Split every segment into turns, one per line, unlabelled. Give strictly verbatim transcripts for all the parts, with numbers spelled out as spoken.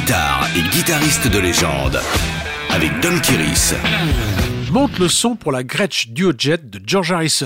guitare et guitariste de légende avec Don Kiris.
Monte le son pour la Gretsch Duo Jet de George Harrison.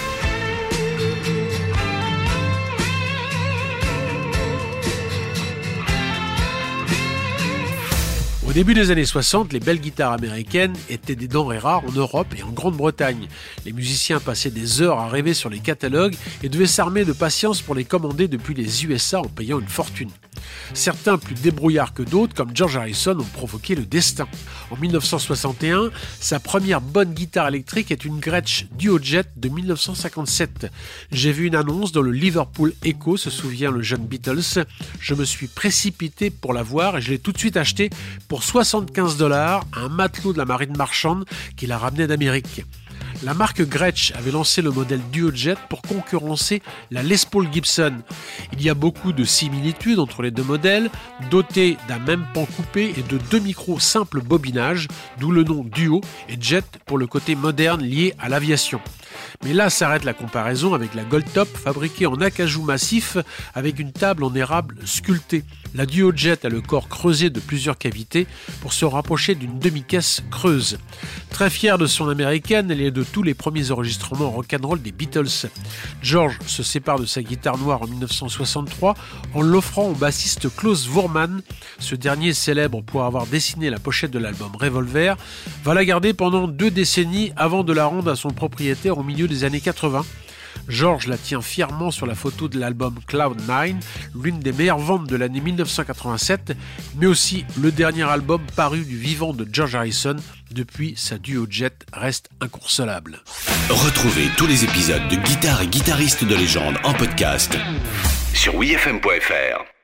Au début des années soixante, les belles guitares américaines étaient des denrées rares en Europe et en Grande-Bretagne. Les musiciens passaient des heures à rêver sur les catalogues et devaient s'armer de patience pour les commander depuis les U S A en payant une fortune. Certains, plus débrouillards que d'autres, comme George Harrison, ont provoqué le destin. En dix-neuf cent soixante et un, sa première bonne guitare électrique est une Gretsch Duo Jet de dix-neuf cent cinquante-sept. J'ai vu une annonce dans le Liverpool Echo, se souvient le jeune Beatles. Je me suis précipité pour la voir et je l'ai tout de suite achetée pour soixante-quinze dollars à un matelot de la marine marchande qui la ramenait d'Amérique. La marque Gretsch avait lancé le modèle Duo Jet pour concurrencer la Les Paul Gibson. Il y a beaucoup de similitudes entre les deux modèles, dotés d'un même pan coupé et de deux micros simple bobinage, d'où le nom Duo et Jet pour le côté moderne lié à l'aviation. Mais là s'arrête la comparaison avec la Gold Top fabriquée en acajou massif avec une table en érable sculptée. La Duo Jet a le corps creusé de plusieurs cavités pour se rapprocher d'une demi-caisse creuse. Très fière de son américaine, elle est de tous les premiers enregistrements rock'n'roll des Beatles. George se sépare de sa guitare noire en dix-neuf cent soixante-trois en l'offrant au bassiste Klaus Voormann. Ce dernier, célèbre pour avoir dessiné la pochette de l'album Revolver, va la garder pendant deux décennies avant de la rendre à son propriétaire au milieu des années quatre-vingts. George la tient fièrement sur la photo de l'album Cloud nine, l'une des meilleures ventes de l'année dix-neuf cent quatre-vingt-sept, mais aussi le dernier album paru du vivant de George Harrison. Depuis, sa Duo Jet reste incourselable.
Retrouvez tous les épisodes de Guitare et guitaristes de légende en podcast sur oui f m point f r.